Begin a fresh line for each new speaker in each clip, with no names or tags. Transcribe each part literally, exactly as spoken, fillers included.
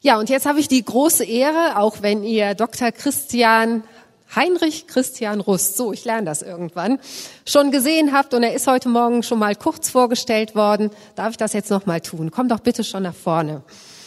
Ja, und jetzt habe ich die große Ehre, auch wenn ihr Doktor Christian Heinrich Christian Rust, so, ich lerne das irgendwann, schon gesehen habt und er ist heute Morgen schon mal kurz vorgestellt worden, darf ich das jetzt noch mal tun. Komm doch bitte schon nach vorne.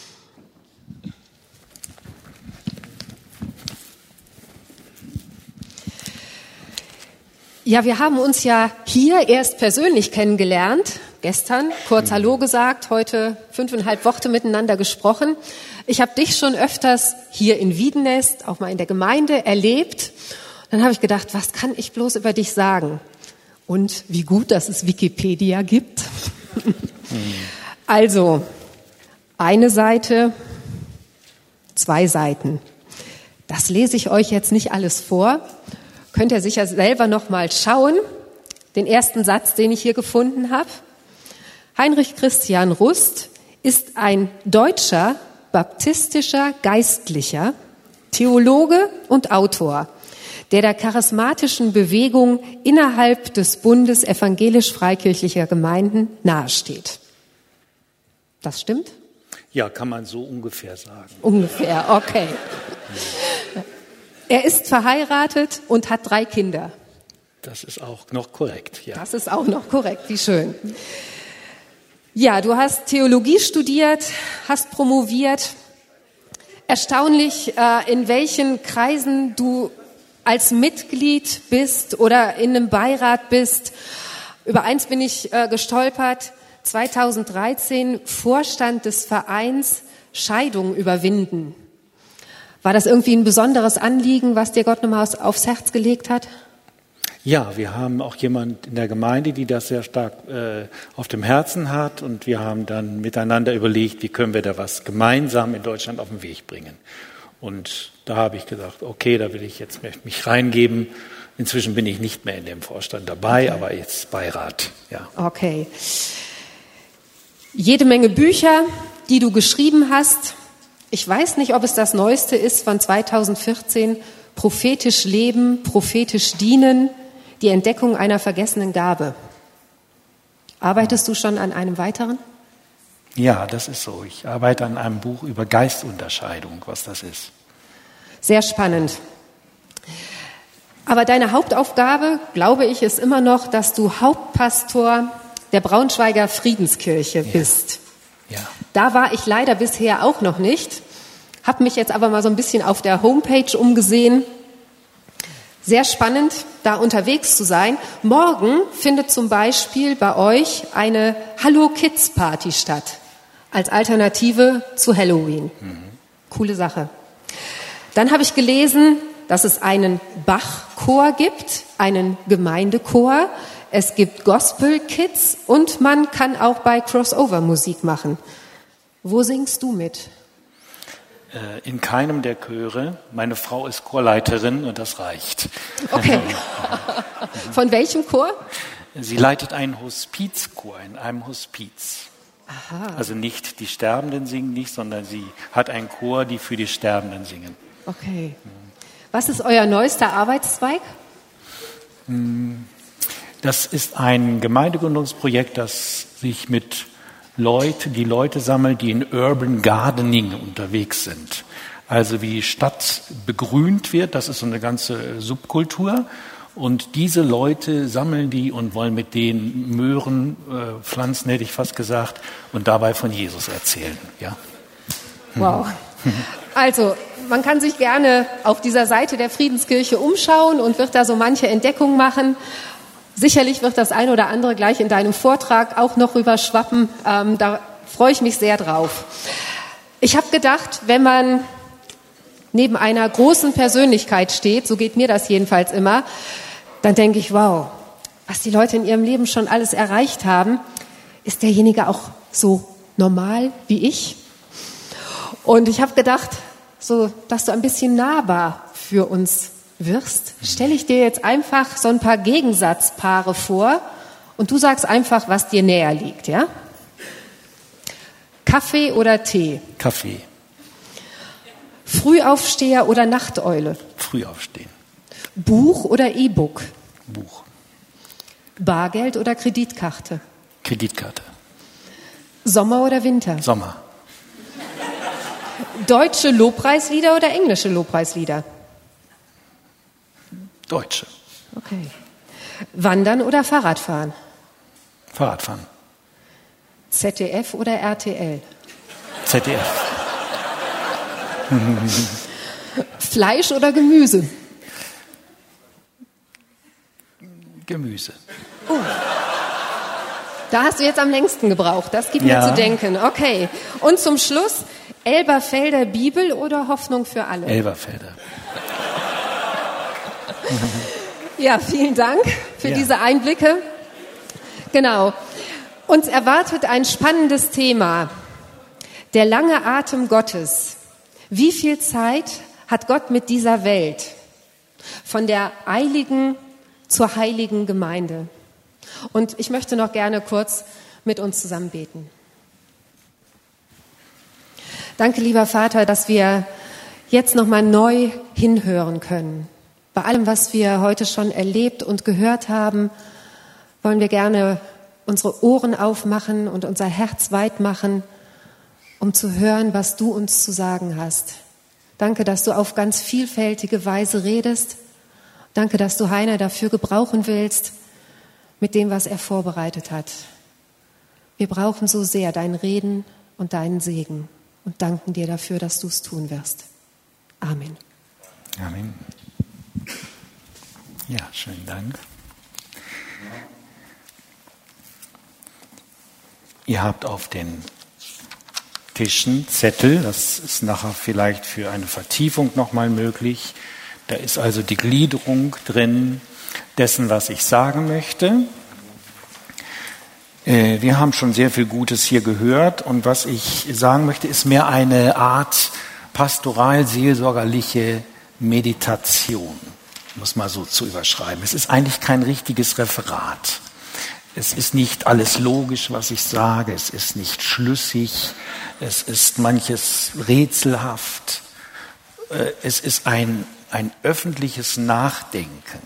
Ja, wir haben uns ja hier erst persönlich kennengelernt, gestern, kurz Hallo gesagt, heute fünfeinhalb Worte miteinander gesprochen. Ich habe dich schon öfters hier in Wiedenest, auch mal in der Gemeinde, erlebt. Dann habe ich gedacht, was kann ich bloß über dich sagen? Und wie gut, dass es Wikipedia gibt. Also, eine Seite, zwei Seiten. Das lese ich euch jetzt nicht alles vor. Könnt ihr sicher selber noch mal schauen. Den ersten Satz, den ich hier gefunden habe. Heinrich Christian Rust ist ein deutscher baptistischer Geistlicher, Theologe und Autor, der der charismatischen Bewegung innerhalb des Bundes evangelisch-freikirchlicher Gemeinden nahesteht. Das stimmt?
Ja, kann man so ungefähr sagen.
Ungefähr, okay. Er ist verheiratet und hat drei Kinder.
Das ist auch noch korrekt, ja.
Das ist auch noch korrekt, wie schön. Ja, du hast Theologie studiert, hast promoviert. Erstaunlich, in welchen Kreisen du als Mitglied bist oder in einem Beirat bist. Über eins bin ich gestolpert. zweitausenddreizehn Vorstand des Vereins Scheidung überwinden. War das irgendwie ein besonderes Anliegen, was dir Gott nochmal aufs Herz gelegt hat?
Ja, wir haben auch jemand in der Gemeinde, die das sehr stark äh, auf dem Herzen hat. Und wir haben dann miteinander überlegt, wie können wir da was gemeinsam in Deutschland auf den Weg bringen. Und da habe ich gesagt, okay, da will ich jetzt mich reingeben. Inzwischen bin ich nicht mehr in dem Vorstand dabei, okay. Aber jetzt Beirat. Ja.
Okay. Jede Menge Bücher, die du geschrieben hast. Ich weiß nicht, ob es das Neueste ist von zweitausendvierzehn. Prophetisch leben, prophetisch dienen, die Entdeckung einer vergessenen Gabe. Arbeitest du schon an einem weiteren?
Ja, das ist so. Ich arbeite an einem Buch über Geistunterscheidung, was das ist.
Sehr spannend. Aber deine Hauptaufgabe, glaube ich, ist immer noch, dass du Hauptpastor der Braunschweiger Friedenskirche bist.
Ja. Ja.
Da war ich leider bisher auch noch nicht, habe mich jetzt aber mal so ein bisschen auf der Homepage umgesehen. Sehr spannend, da unterwegs zu sein. Morgen findet zum Beispiel bei euch eine Hallo Kids Party statt, als Alternative zu Halloween. Mhm. Coole Sache. Dann habe ich gelesen, dass es einen Bach-Chor gibt, einen Gemeindechor. Es gibt Gospel-Kids und man kann auch bei Crossover Musik machen. Wo singst du mit?
In keinem der Chöre. Meine Frau ist Chorleiterin und das reicht.
Okay. Von welchem Chor?
Sie leitet einen Hospizchor in einem Hospiz.
Aha.
Also nicht die Sterbenden singen nicht, sondern sie hat einen Chor, die für die Sterbenden singen.
Okay. Was ist euer neuester Arbeitszweig?
Das ist ein Gemeindegründungsprojekt, das sich mit Leute, die Leute sammeln, die in Urban Gardening unterwegs sind. Also wie die Stadt begrünt wird, das ist so eine ganze Subkultur. Und diese Leute sammeln die und wollen mit denen Möhren äh, pflanzen, hätte ich fast gesagt, und dabei von Jesus erzählen. Ja.
Wow. Also, man kann sich gerne auf dieser Seite der Friedenskirche umschauen und wird da so manche Entdeckung machen. Sicherlich wird das ein oder andere gleich in deinem Vortrag auch noch rüberschwappen. Ähm, da freue ich mich sehr drauf. Ich habe gedacht, wenn man neben einer großen Persönlichkeit steht, so geht mir das jedenfalls immer, dann denke ich, wow, was die Leute in ihrem Leben schon alles erreicht haben, ist derjenige auch so normal wie ich? Und ich habe gedacht, so, dass du ein bisschen nahbar für uns wirst, stelle ich dir jetzt einfach so ein paar Gegensatzpaare vor und du sagst einfach, was dir näher liegt, ja? Kaffee oder Tee?
Kaffee.
Frühaufsteher oder Nachteule?
Frühaufstehen.
Buch oder E-Book?
Buch.
Bargeld oder Kreditkarte?
Kreditkarte.
Sommer oder Winter?
Sommer.
Deutsche Lobpreislieder oder englische Lobpreislieder?
Deutsche.
Okay. Wandern oder Fahrradfahren?
Fahrradfahren.
Z D F oder R T L?
Z D F.
Fleisch oder Gemüse?
Gemüse.
Oh. Da hast du jetzt am längsten gebraucht. Das gibt
Ja.
mir zu denken. Okay. Und zum Schluss, Elberfelder Bibel oder Hoffnung für alle?
Elberfelder.
Ja, vielen Dank für
Ja.
diese Einblicke. Genau. Uns erwartet ein spannendes Thema. Der lange Atem Gottes. Wie viel Zeit hat Gott mit dieser Welt? Von der eiligen zur heiligen Gemeinde. Und ich möchte noch gerne kurz mit uns zusammen beten. Danke, lieber Vater, dass wir jetzt nochmal neu hinhören können. Bei allem, was wir heute schon erlebt und gehört haben, wollen wir gerne unsere Ohren aufmachen und unser Herz weit machen, um zu hören, was du uns zu sagen hast. Danke, dass du auf ganz vielfältige Weise redest. Danke, dass du Heiner dafür gebrauchen willst, mit dem, was er vorbereitet hat. Wir brauchen so sehr dein Reden und deinen Segen und danken dir dafür, dass du es tun wirst. Amen.
Amen. Ja, schönen Dank. Ihr habt auf den Tischen Zettel, das ist nachher vielleicht für eine Vertiefung nochmal möglich. Da ist also die Gliederung drin dessen, was ich sagen möchte. Wir haben schon sehr viel Gutes hier gehört und was ich sagen möchte, ist mehr eine Art pastoral-seelsorgerliche Meditation, um es mal so zu überschreiben. Es ist eigentlich kein richtiges Referat. Es ist nicht alles logisch, was ich sage. Es ist nicht schlüssig. Es ist manches rätselhaft. Es ist ein, ein öffentliches Nachdenken.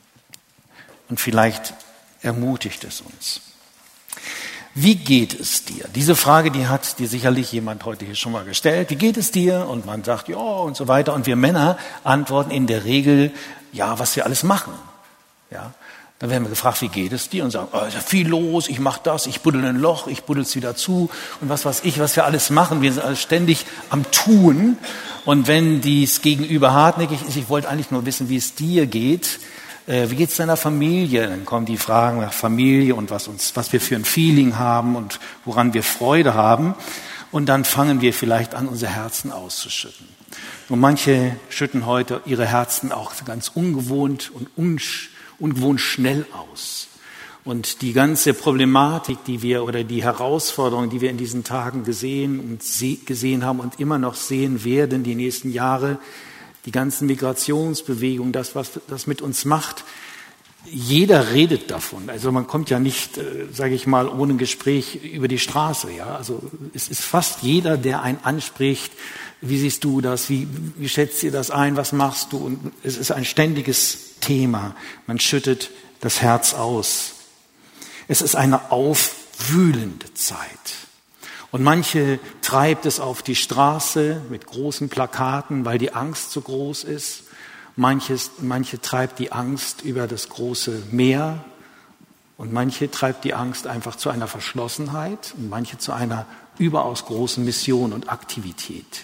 Und vielleicht ermutigt es uns. Wie geht es dir? Diese Frage, die hat dir sicherlich jemand heute hier schon mal gestellt. Wie geht es dir? Und man sagt, ja, und so weiter. Und wir Männer antworten in der Regel, ja, was wir alles machen. Ja. Dann werden wir gefragt, wie geht es dir? Und sagen, oh, ist ja viel los, ich mache das, ich buddel ein Loch, ich buddel es wieder zu. Und was weiß ich, was wir alles machen. Wir sind alles ständig am Tun. Und wenn dies Gegenüber hartnäckig ist, ich wollte eigentlich nur wissen, wie es dir geht. Wie geht es deiner Familie? Dann kommen die Fragen nach Familie und was uns, was wir für ein Feeling haben und woran wir Freude haben. Und dann fangen wir vielleicht an, unser Herzen auszuschütten. Und manche schütten heute ihre Herzen auch ganz ungewohnt und unsch, ungewohnt schnell aus. Und die ganze Problematik, die wir oder die Herausforderungen, die wir in diesen Tagen gesehen und se- gesehen haben und immer noch sehen werden, die nächsten Jahre, die ganzen Migrationsbewegungen, das, was das mit uns macht, jeder redet davon. Also man kommt ja nicht, äh, sage ich mal, ohne Gespräch über die Straße. Ja, also es ist fast jeder, der einen anspricht. Wie siehst du das? Wie, wie schätzt ihr das ein? Was machst du? Und es ist ein ständiges Thema. Man schüttet das Herz aus. Es ist eine aufwühlende Zeit. Und manche treibt es auf die Straße mit großen Plakaten, weil die Angst so groß ist. Manches, manche treibt die Angst über das große Meer. Und manche treibt die Angst einfach zu einer Verschlossenheit und manche zu einer überaus großen Mission und Aktivität.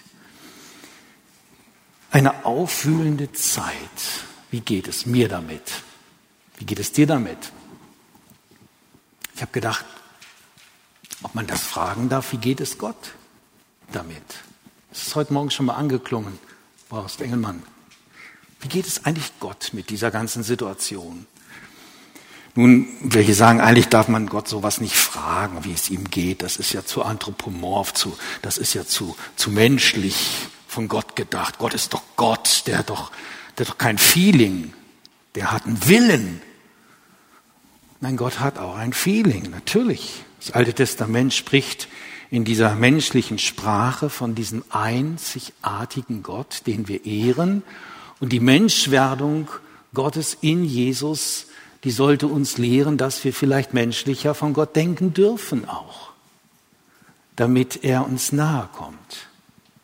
Eine aufwühlende Zeit. Wie geht es mir damit? Wie geht es dir damit? Ich habe gedacht, ob man das fragen darf, wie geht es Gott damit? Das ist heute Morgen schon mal angeklungen, Horst Engelmann. Wie geht es eigentlich Gott mit dieser ganzen Situation? Nun, welche sagen, eigentlich darf man Gott sowas nicht fragen, wie es ihm geht. Das ist ja zu anthropomorph, zu, das ist ja zu, zu menschlich von Gott gedacht. Gott ist doch Gott, der hat doch, der hat doch kein Feeling, der hat einen Willen. Nein, Gott hat auch ein Feeling, natürlich. Das Alte Testament spricht in dieser menschlichen Sprache von diesem einzigartigen Gott, den wir ehren. Und die Menschwerdung Gottes in Jesus, die sollte uns lehren, dass wir vielleicht menschlicher von Gott denken dürfen auch, damit er uns nahe kommt.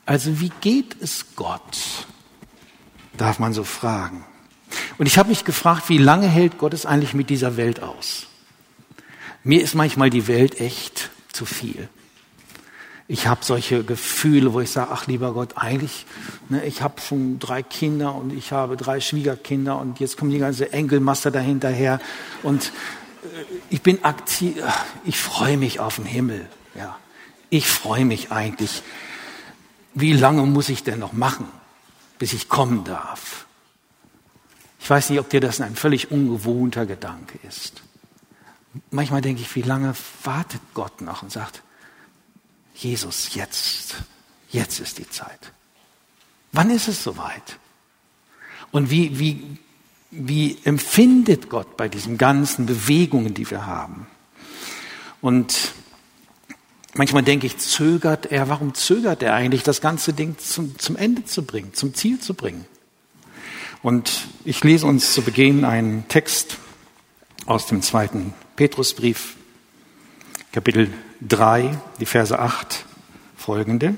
Also wie geht es Gott? Darf man so fragen. Und ich habe mich gefragt, wie lange hält Gott es eigentlich mit dieser Welt aus? Mir ist manchmal die Welt echt zu viel. Ich habe solche Gefühle, wo ich sage, ach lieber Gott, eigentlich, ne, ich habe schon drei Kinder und ich habe drei Schwiegerkinder und jetzt kommt die ganze Enkelmasse dahinterher und äh, ich bin aktiv, ich freue mich auf den Himmel. Ja, ich freue mich eigentlich. Wie lange muss ich denn noch machen, bis ich kommen darf? Ich weiß nicht, ob dir das ein völlig ungewohnter Gedanke ist. Manchmal denke ich, wie lange wartet Gott noch und sagt, Jesus, jetzt, jetzt ist die Zeit. Wann ist es soweit? Und wie, wie, wie empfindet Gott bei diesen ganzen Bewegungen, die wir haben? Und manchmal denke ich, zögert er, warum zögert er eigentlich, das ganze Ding zum, zum Ende zu bringen, zum Ziel zu bringen? Und ich lese uns zu Beginn einen Text aus dem zweiten Petrusbrief, Kapitel drei, die Verse acht folgende.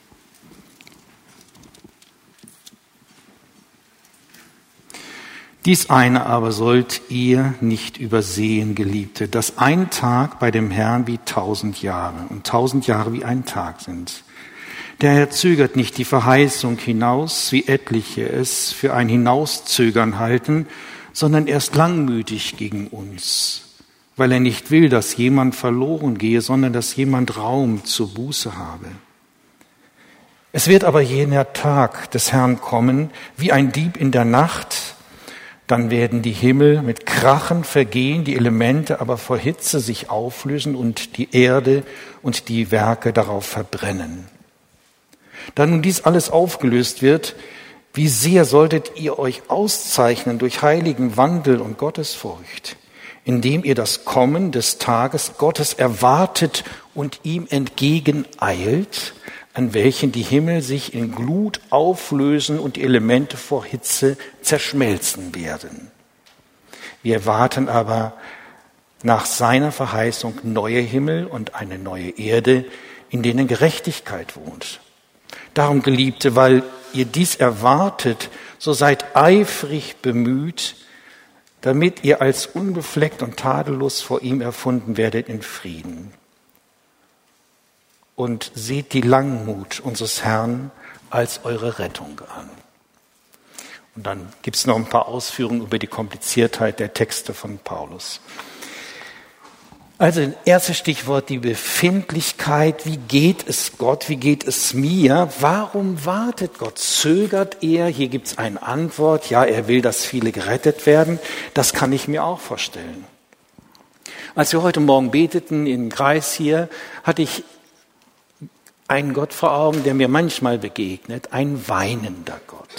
Dies eine aber sollt ihr nicht übersehen, Geliebte, dass ein Tag bei dem Herrn wie tausend Jahre und tausend Jahre wie ein Tag sind. Der Herr zögert nicht die Verheißung hinaus, wie etliche es für ein Hinauszögern halten, sondern er ist langmütig gegen uns, weil er nicht will, dass jemand verloren gehe, sondern dass jemand Raum zur Buße habe. Es wird aber jener Tag des Herrn kommen, wie ein Dieb in der Nacht. Dann werden die Himmel mit Krachen vergehen, die Elemente aber vor Hitze sich auflösen und die Erde und die Werke darauf verbrennen. Da nun dies alles aufgelöst wird, wie sehr solltet ihr euch auszeichnen durch heiligen Wandel und Gottesfurcht, indem ihr das Kommen des Tages Gottes erwartet und ihm entgegeneilt, an welchen die Himmel sich in Glut auflösen und die Elemente vor Hitze zerschmelzen werden. Wir erwarten aber nach seiner Verheißung neue Himmel und eine neue Erde, in denen Gerechtigkeit wohnt. Darum, Geliebte, weil ihr dies erwartet, so seid eifrig bemüht, damit ihr als unbefleckt und tadellos vor ihm erfunden werdet in Frieden. Und seht die Langmut unseres Herrn als eure Rettung an. Und dann gibt es noch ein paar Ausführungen über die Kompliziertheit der Texte von Paulus. Also erstes Stichwort, die Befindlichkeit. Wie geht es Gott? Wie geht es mir? Warum wartet Gott? Zögert er? Hier gibt es eine Antwort. Ja, er will, dass viele gerettet werden. Das kann ich mir auch vorstellen. Als wir heute Morgen beteten im Kreis hier, hatte ich einen Gott vor Augen, der mir manchmal begegnet. Ein weinender Gott.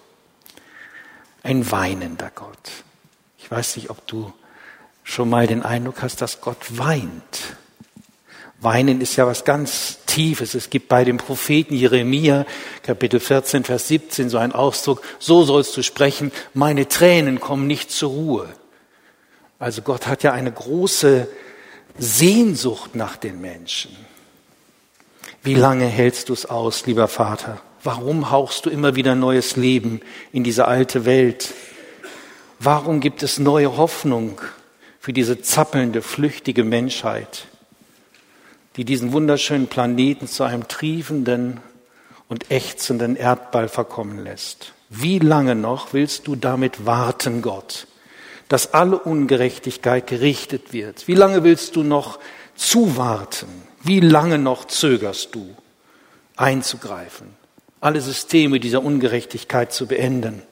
Ein weinender Gott. Ich weiß nicht, ob du schon mal den Eindruck hast, dass Gott weint. Weinen ist ja was ganz Tiefes. Es gibt bei dem Propheten Jeremia, Kapitel vierzehn, Vers siebzehn, so einen Ausdruck, so sollst du sprechen, meine Tränen kommen nicht zur Ruhe. Also Gott hat ja eine große Sehnsucht nach den Menschen. Wie lange hältst du es aus, lieber Vater? Warum hauchst du immer wieder neues Leben in diese alte Welt? Warum gibt es neue Hoffnung für diese zappelnde, flüchtige Menschheit, die diesen wunderschönen Planeten zu einem triefenden und ächzenden Erdball verkommen lässt? Wie lange noch willst du damit warten, Gott, dass alle Ungerechtigkeit gerichtet wird? Wie lange willst du noch zuwarten? Wie lange noch zögerst du, einzugreifen, alle Systeme dieser Ungerechtigkeit zu beenden?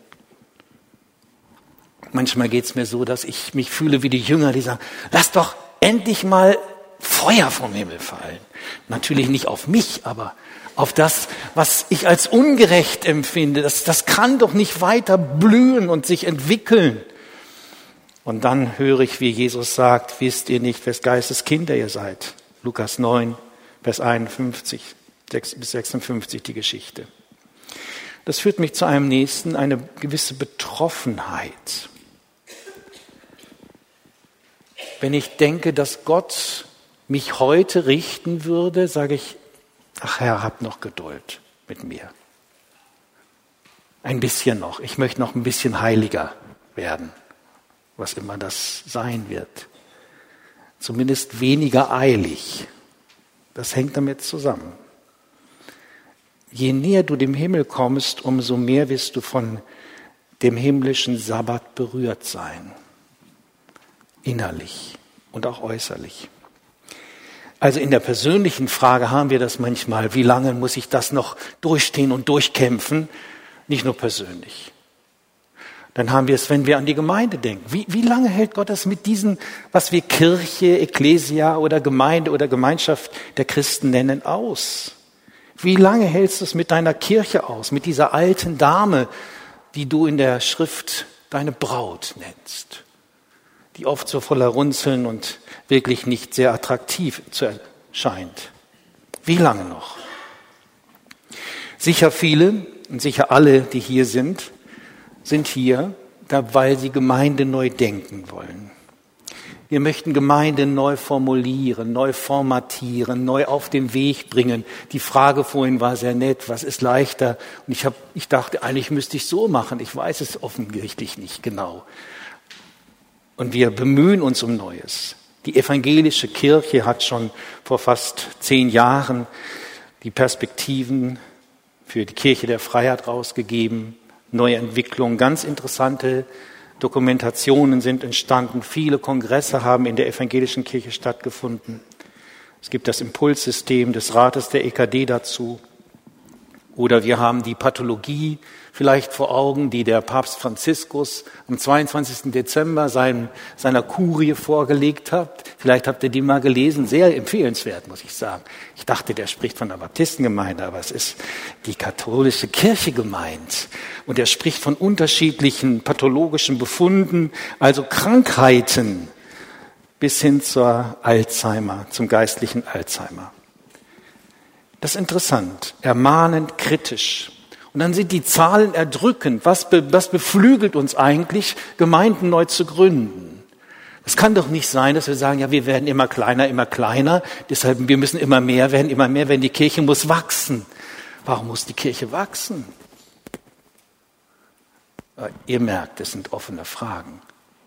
Manchmal geht es mir so, dass ich mich fühle wie die Jünger, die sagen, lass doch endlich mal Feuer vom Himmel fallen. Natürlich nicht auf mich, aber auf das, was ich als ungerecht empfinde. Das, das kann doch nicht weiter blühen und sich entwickeln. Und dann höre ich, wie Jesus sagt, wisst ihr nicht, wes Geistes Kinder ihr seid? Lukas neun, Vers einundfünfzig bis sechsundfünfzig, die Geschichte. Das führt mich zu einem nächsten, eine gewisse Betroffenheit. Wenn ich denke, dass Gott mich heute richten würde, sage ich, ach Herr, hab noch Geduld. mit mir. Ein bisschen noch. Ich möchte noch ein bisschen heiliger werden, was immer das sein wird. Zumindest weniger eilig. Das hängt damit zusammen. Je näher du dem Himmel kommst, umso mehr wirst du von dem himmlischen Sabbat berührt sein. Innerlich und auch äußerlich. Also in der persönlichen Frage haben wir das manchmal. Wie lange muss ich das noch durchstehen und durchkämpfen? Nicht nur persönlich. Dann haben wir es, wenn wir an die Gemeinde denken. Wie, wie lange hält Gott das mit diesen, was wir Kirche, Ekklesia oder Gemeinde oder Gemeinschaft der Christen nennen, aus? Wie lange hältst du es mit deiner Kirche aus, mit dieser alten Dame, die du in der Schrift deine Braut nennst, die oft so voller Runzeln und wirklich nicht sehr attraktiv erscheint? Wie lange noch? Sicher viele und sicher alle, die hier sind, sind hier, weil sie Gemeinde neu denken wollen. Wir möchten Gemeinde neu formulieren, neu formatieren, neu auf den Weg bringen. Die Frage vorhin war sehr nett, was ist leichter? Und ich, hab, ich dachte, eigentlich müsste ich so machen. Ich weiß es offensichtlich nicht genau. Und wir bemühen uns um Neues. Die evangelische Kirche hat schon vor fast zehn Jahren die Perspektiven für die Kirche der Freiheit rausgegeben. Neue Entwicklungen, ganz interessante Dokumentationen sind entstanden. Viele Kongresse haben in der evangelischen Kirche stattgefunden. Es gibt das Impulssystem des Rates der E K D dazu. Oder wir haben die Pathologie vielleicht vor Augen, die der Papst Franziskus am zweiundzwanzigsten Dezember sein, seiner Kurie vorgelegt hat. Vielleicht habt ihr die mal gelesen. Sehr empfehlenswert, muss ich sagen. Ich dachte, der spricht von der Baptistengemeinde, aber es ist die katholische Kirche gemeint. Und er spricht von unterschiedlichen pathologischen Befunden, also Krankheiten bis hin zur Alzheimer, zum geistlichen Alzheimer. Das ist interessant, ermahnend, kritisch. Und dann sind die Zahlen erdrückend. Was, be, was beflügelt uns eigentlich, Gemeinden neu zu gründen? Es kann doch nicht sein, dass wir sagen, ja, wir werden immer kleiner, immer kleiner. Deshalb, wir müssen immer mehr werden, immer mehr werden. Die Kirche muss wachsen. Warum muss die Kirche wachsen? Ihr merkt, es sind offene Fragen.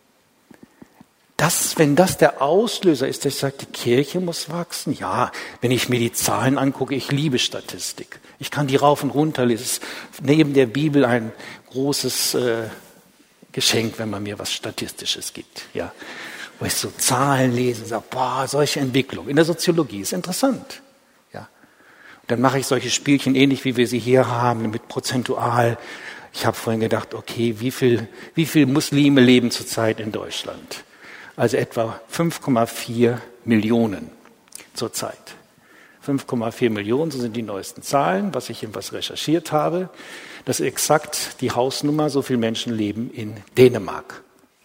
Das, wenn das der Auslöser ist, dass ich sage, die Kirche muss wachsen. Ja, wenn ich mir die Zahlen angucke, ich liebe Statistik. Ich kann die rauf und runter lesen. Es ist neben der Bibel ein großes äh, Geschenk, wenn man mir was Statistisches gibt. Ja, wo ich so Zahlen lese und sage, boah, solche Entwicklung. In der Soziologie ist interessant. Ja, und dann mache ich solche Spielchen ähnlich, wie wir sie hier haben, mit prozentual. Ich habe vorhin gedacht, okay, wie viel, wie viel Muslime leben zurzeit in Deutschland? Also etwa fünf Komma vier Millionen zurzeit. fünf Komma vier Millionen, so sind die neuesten Zahlen, was ich jedenfalls recherchiert habe. Das ist exakt die Hausnummer, so viele Menschen leben in Dänemark.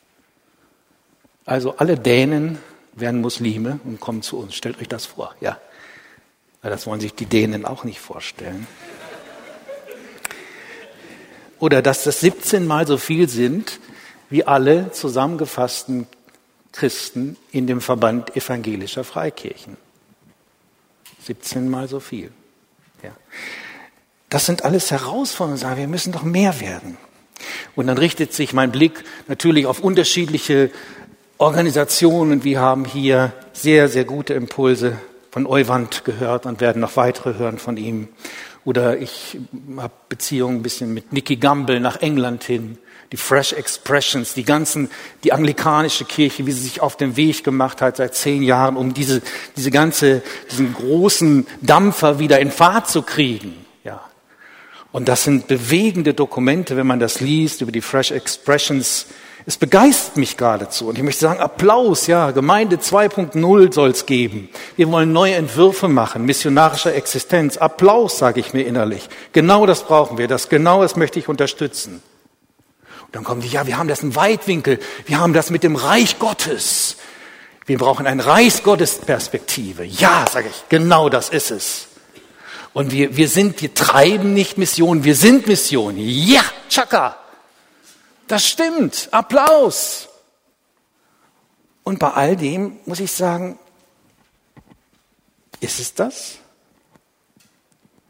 Also alle Dänen werden Muslime und kommen zu uns. Stellt euch das vor, ja. Das wollen sich die Dänen auch nicht vorstellen. Oder dass das siebzehn Mal so viel sind, wie alle zusammengefassten Christen in dem Verband evangelischer Freikirchen. siebzehn Mal so viel. Ja. Das sind alles Herausforderungen, sagen wir müssen doch mehr werden. Und dann richtet sich mein Blick natürlich auf unterschiedliche Organisationen. Wir haben hier sehr, sehr gute Impulse von Euwand gehört und werden noch weitere hören von ihm. Oder ich habe Beziehungen ein bisschen mit Nicky Gamble nach England hin. Die Fresh Expressions, die ganzen, die anglikanische Kirche, wie sie sich auf den Weg gemacht hat seit zehn Jahren, um diese, diese ganze, diesen großen Dampfer wieder in Fahrt zu kriegen. Ja. Und das sind bewegende Dokumente, wenn man das liest über die Fresh Expressions. Es begeistert mich geradezu. Und ich möchte sagen, Applaus, ja, Gemeinde zwei Punkt null soll es geben. Wir wollen neue Entwürfe machen, missionarische Existenz. Applaus, sage ich mir innerlich. Genau das brauchen wir, das genau das möchte ich unterstützen. Und dann kommen die, ja, wir haben das im Weitwinkel, wir haben das mit dem Reich Gottes. Wir brauchen eine Reichsgottesperspektive. Ja, sage ich, genau das ist es. Und wir, wir sind, wir treiben nicht Mission, wir sind Mission. Ja, tschakka. Das stimmt. Applaus. Und bei all dem muss ich sagen, ist es das?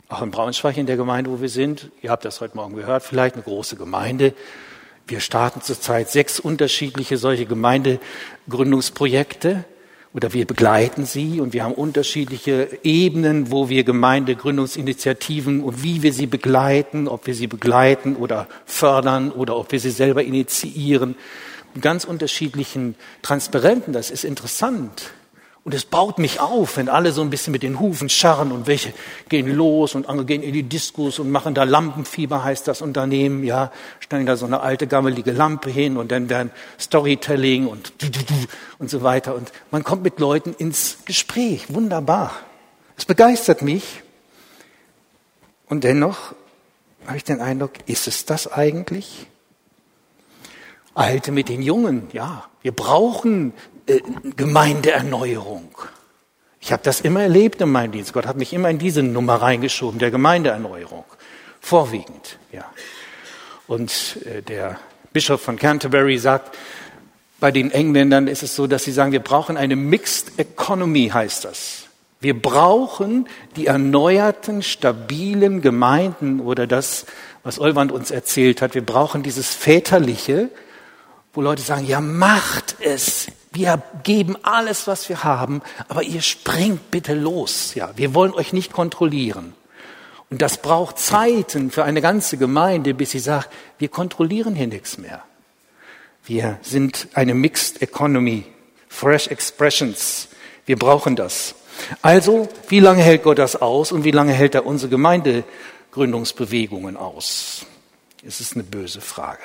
Auch in Braunschweig in der Gemeinde, wo wir sind, ihr habt das heute Morgen gehört, vielleicht eine große Gemeinde. Wir starten zurzeit sechs unterschiedliche solche Gemeindegründungsprojekte oder wir begleiten sie und wir haben unterschiedliche Ebenen, wo wir Gemeindegründungsinitiativen und wie wir sie begleiten, ob wir sie begleiten oder fördern oder ob wir sie selber initiieren. Mit ganz unterschiedlichen Transparenten, das ist interessant. Und es baut mich auf, wenn alle so ein bisschen mit den Hufen scharren und welche gehen los und andere gehen in die Diskos und machen da Lampenfieber, heißt das Unternehmen, ja, stellen da so eine alte gammelige Lampe hin und dann werden Storytelling und und so weiter. Und man kommt mit Leuten ins Gespräch, wunderbar. Es begeistert mich. Und dennoch habe ich den Eindruck, ist es das eigentlich? Alte mit den Jungen, ja, wir brauchen äh, Gemeindeerneuerung. Ich habe das immer erlebt in meinem Dienst. Gott hat mich immer in diese Nummer reingeschoben, der Gemeindeerneuerung, vorwiegend. Ja. Und äh, der Bischof von Canterbury sagt, bei den Engländern ist es so, dass sie sagen, wir brauchen eine Mixed Economy, heißt das. Wir brauchen die erneuerten, stabilen Gemeinden oder das, was Olwand uns erzählt hat. Wir brauchen dieses Väterliche, wo Leute sagen, ja, macht es. Wir geben alles, was wir haben, aber ihr springt bitte los. Ja, wir wollen euch nicht kontrollieren. Und das braucht Zeiten für eine ganze Gemeinde, bis sie sagt, wir kontrollieren hier nichts mehr. Wir sind eine Mixed Economy, Fresh Expressions. Wir brauchen das. Also, wie lange hält Gott das aus und wie lange hält er unsere Gemeindegründungsbewegungen aus? Es ist eine böse Frage.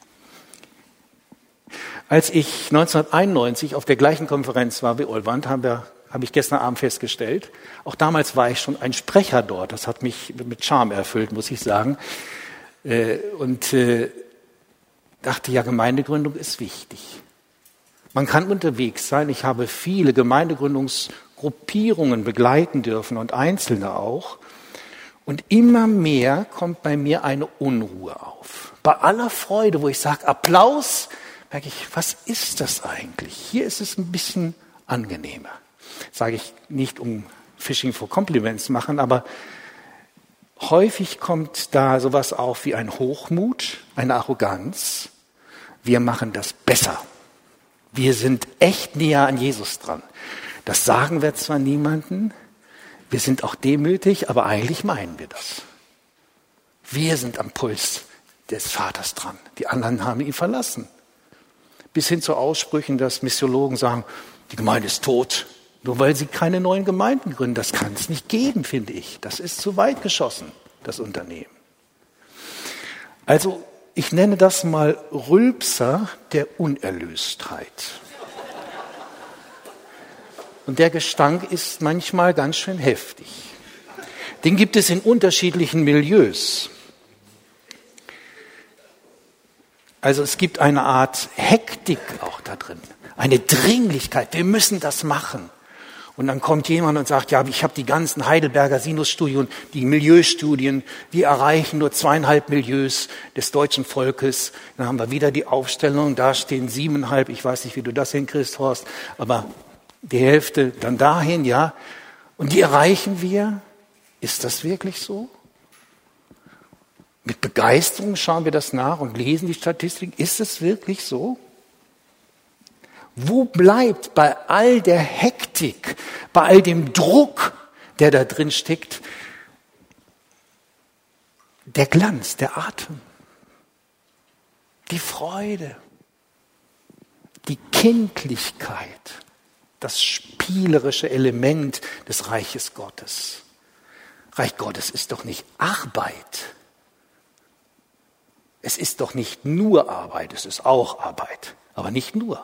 Als ich neunzehnhunderteinundneunzig auf der gleichen Konferenz war wie Olwand, haben wir, habe ich gestern Abend festgestellt, auch damals war ich schon ein Sprecher dort, das hat mich mit Charme erfüllt, muss ich sagen, und dachte, ja, Gemeindegründung ist wichtig. Man kann unterwegs sein, ich habe viele Gemeindegründungsgruppierungen begleiten dürfen und Einzelne auch, und immer mehr kommt bei mir eine Unruhe auf. Bei aller Freude, wo ich sage, Applaus, merke ich, was ist das eigentlich? Hier ist es ein bisschen angenehmer. Sage ich nicht, um Fishing for Compliments zu machen, aber häufig kommt da sowas auf wie ein Hochmut, eine Arroganz. Wir machen das besser. Wir sind echt näher an Jesus dran. Das sagen wir zwar niemandem, wir sind auch demütig, aber eigentlich meinen wir das. Wir sind am Puls des Vaters dran. Die anderen haben ihn verlassen. Bis hin zu Aussprüchen, dass Missiologen sagen, die Gemeinde ist tot, nur weil sie keine neuen Gemeinden gründen. Das kann es nicht geben, finde ich. Das ist zu weit geschossen, das Unternehmen. Also, ich nenne das mal Rülpser der Unerlöstheit. Und der Gestank ist manchmal ganz schön heftig. Den gibt es in unterschiedlichen Milieus. Also es gibt eine Art Hektik auch da drin, eine Dringlichkeit, wir müssen das machen. Und dann kommt jemand und sagt, ja, ich habe die ganzen Heidelberger Sinusstudien, die Milieustudien, wir erreichen nur zweieinhalb Milieus des deutschen Volkes. Dann haben wir wieder die Aufstellung, da stehen siebeneinhalb, ich weiß nicht, wie du das hinkriegst, Horst, aber die Hälfte dann dahin, ja. Und die erreichen wir. Ist das wirklich so? Mit Begeisterung schauen wir das nach und lesen die Statistik. Ist es wirklich so? Wo bleibt bei all der Hektik, bei all dem Druck, der da drin steckt, der Glanz, der Atem, die Freude, die Kindlichkeit, das spielerische Element des Reiches Gottes? Reich Gottes ist doch nicht Arbeit. Es ist doch nicht nur Arbeit, es ist auch Arbeit, aber nicht nur.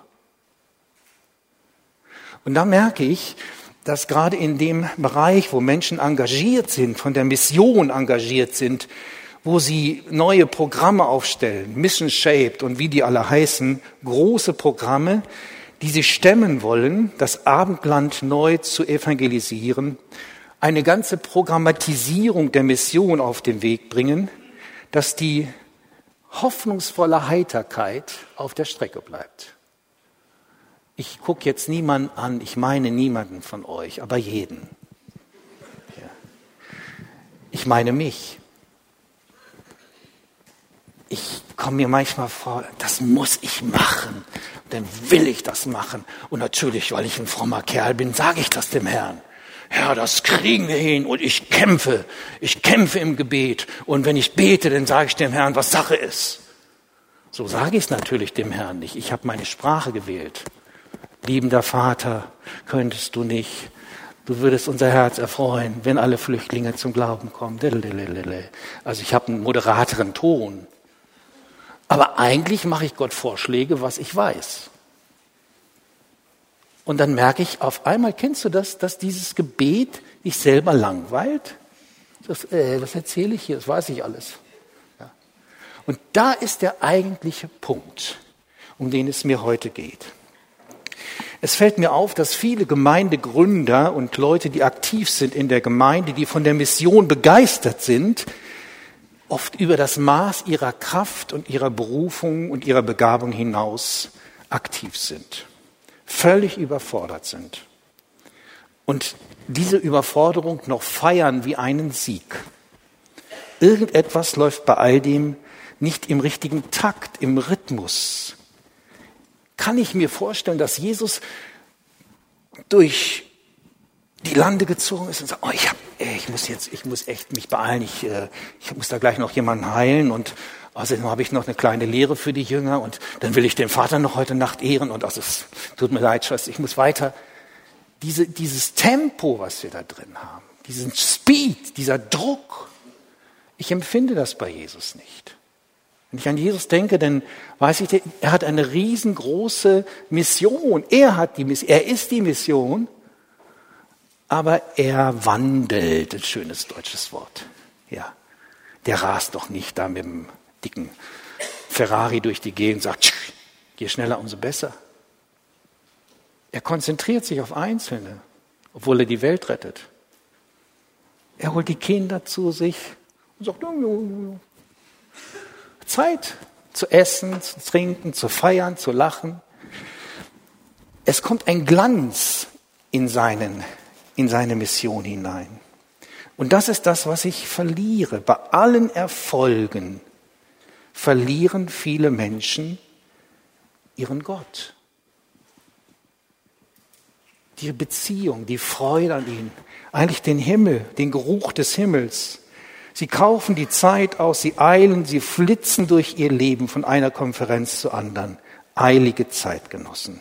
Und da merke ich, dass gerade in dem Bereich, wo Menschen engagiert sind, von der Mission engagiert sind, wo sie neue Programme aufstellen, Mission Shaped und wie die alle heißen, große Programme, die sie stemmen wollen, das Abendland neu zu evangelisieren, eine ganze Programmatisierung der Mission auf den Weg bringen, dass die hoffnungsvolle Heiterkeit auf der Strecke bleibt. Ich gucke jetzt niemanden an, ich meine niemanden von euch, aber jeden. Ja.
Ich meine mich. Ich komme mir manchmal vor, das muss ich machen. Dann will ich das machen. Und natürlich, weil ich ein frommer Kerl bin, sage ich das dem Herrn. Herr, das kriegen wir hin. Und ich kämpfe. Ich kämpfe im Gebet. Und wenn ich bete, dann sage ich dem Herrn, was Sache ist. So sage ich es natürlich dem Herrn nicht. Ich habe meine Sprache gewählt. Liebender Vater, könntest du nicht, du würdest unser Herz erfreuen, wenn alle Flüchtlinge zum Glauben kommen. Also ich habe einen moderateren Ton. Aber eigentlich mache ich Gott Vorschläge, was ich weiß. Und dann merke ich auf einmal, kennst du das, dass dieses Gebet dich selber langweilt? Das, äh, was erzähle ich hier? Das weiß ich alles. Ja. Und da ist der eigentliche Punkt, um den es mir heute geht. Es fällt mir auf, dass viele Gemeindegründer und Leute, die aktiv sind in der Gemeinde, die von der Mission begeistert sind, oft über das Maß ihrer Kraft und ihrer Berufung und ihrer Begabung hinaus aktiv sind, völlig überfordert sind und diese Überforderung noch feiern wie einen Sieg. Irgendetwas läuft bei all dem nicht im richtigen Takt, im Rhythmus. Kann ich mir vorstellen, dass Jesus durch die Lande gezogen ist und sagt, oh, ich, hab, ey, ich muss jetzt, ich muss echt mich beeilen, ich, äh, ich muss da gleich noch jemanden heilen und außerdem habe ich noch eine kleine Lehre für die Jünger und dann will ich den Vater noch heute Nacht ehren und also, es tut mir leid, Schwester, ich muss weiter. Diese, dieses Tempo, was wir da drin haben, diesen Speed, dieser Druck, ich empfinde das bei Jesus nicht. Wenn ich an Jesus denke, dann weiß ich, er hat eine riesengroße Mission. Er hat die Mission, er ist die Mission. Aber er wandelt, ein schönes deutsches Wort. Ja, der rast doch nicht da mit dem dicken Ferrari durch die Gegend und sagt, je schneller, umso besser. Er konzentriert sich auf Einzelne, obwohl er die Welt rettet. Er holt die Kinder zu sich und sagt, Zeit zu essen, zu trinken, zu feiern, zu lachen. Es kommt ein Glanz in seinen in seine Mission hinein. Und das ist das, was ich verliere. Bei allen Erfolgen verlieren viele Menschen ihren Gott. Die Beziehung, die Freude an ihn, eigentlich den Himmel, den Geruch des Himmels. Sie kaufen die Zeit aus, sie eilen, sie flitzen durch ihr Leben von einer Konferenz zur anderen. Eilige Zeitgenossen.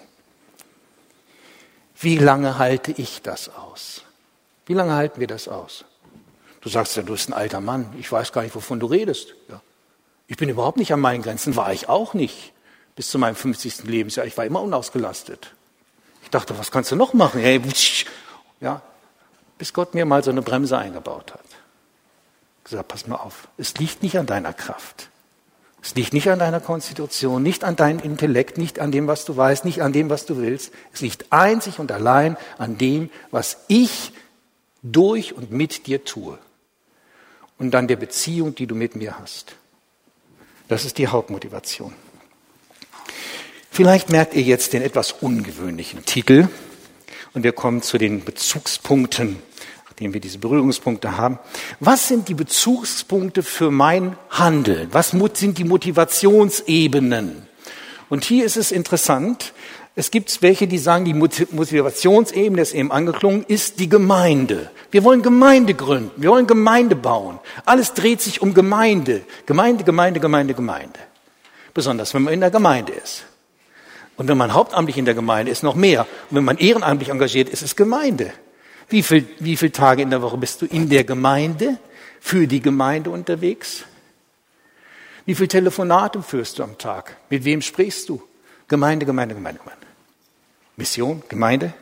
Wie lange halte ich das aus? Wie lange halten wir das aus? Du sagst ja, du bist ein alter Mann. Ich weiß gar nicht, wovon du redest. Ja. Ich bin überhaupt nicht an meinen Grenzen, war ich auch nicht. Bis zu meinem fünfzigsten Lebensjahr. Ich war immer unausgelastet. Ich dachte, was kannst du noch machen? Hey, ja, bis Gott mir mal so eine Bremse eingebaut hat. Ich gesagt, pass mal auf, es liegt nicht an deiner Kraft. Es liegt nicht an deiner Konstitution, nicht an deinem Intellekt, nicht an dem, was du weißt, nicht an dem, was du willst. Es liegt einzig und allein an dem, was ich durch und mit dir tue. Und an der Beziehung, die du mit mir hast. Das ist die Hauptmotivation. Vielleicht merkt ihr jetzt den etwas ungewöhnlichen Titel. Und wir kommen zu den Bezugspunkten, nachdem wir diese Berührungspunkte haben. Was sind die Bezugspunkte für mein Handeln? Was sind die Motivationsebenen? Und hier ist es interessant, es gibt welche, die sagen, die Motivationsebene, ist eben angeklungen, ist die Gemeinde. Wir wollen Gemeinde gründen, wir wollen Gemeinde bauen. Alles dreht sich um Gemeinde. Gemeinde, Gemeinde, Gemeinde, Gemeinde. Besonders, wenn man in der Gemeinde ist. Und wenn man hauptamtlich in der Gemeinde ist, noch mehr. Und wenn man ehrenamtlich engagiert ist, ist es Gemeinde. Wie viel, wie viele Tage in der Woche bist du in der Gemeinde, für die Gemeinde unterwegs? Wie viele Telefonate führst du am Tag? Mit wem sprichst du? Gemeinde, Gemeinde, Gemeinde, Gemeinde. Mission, Gemeinde.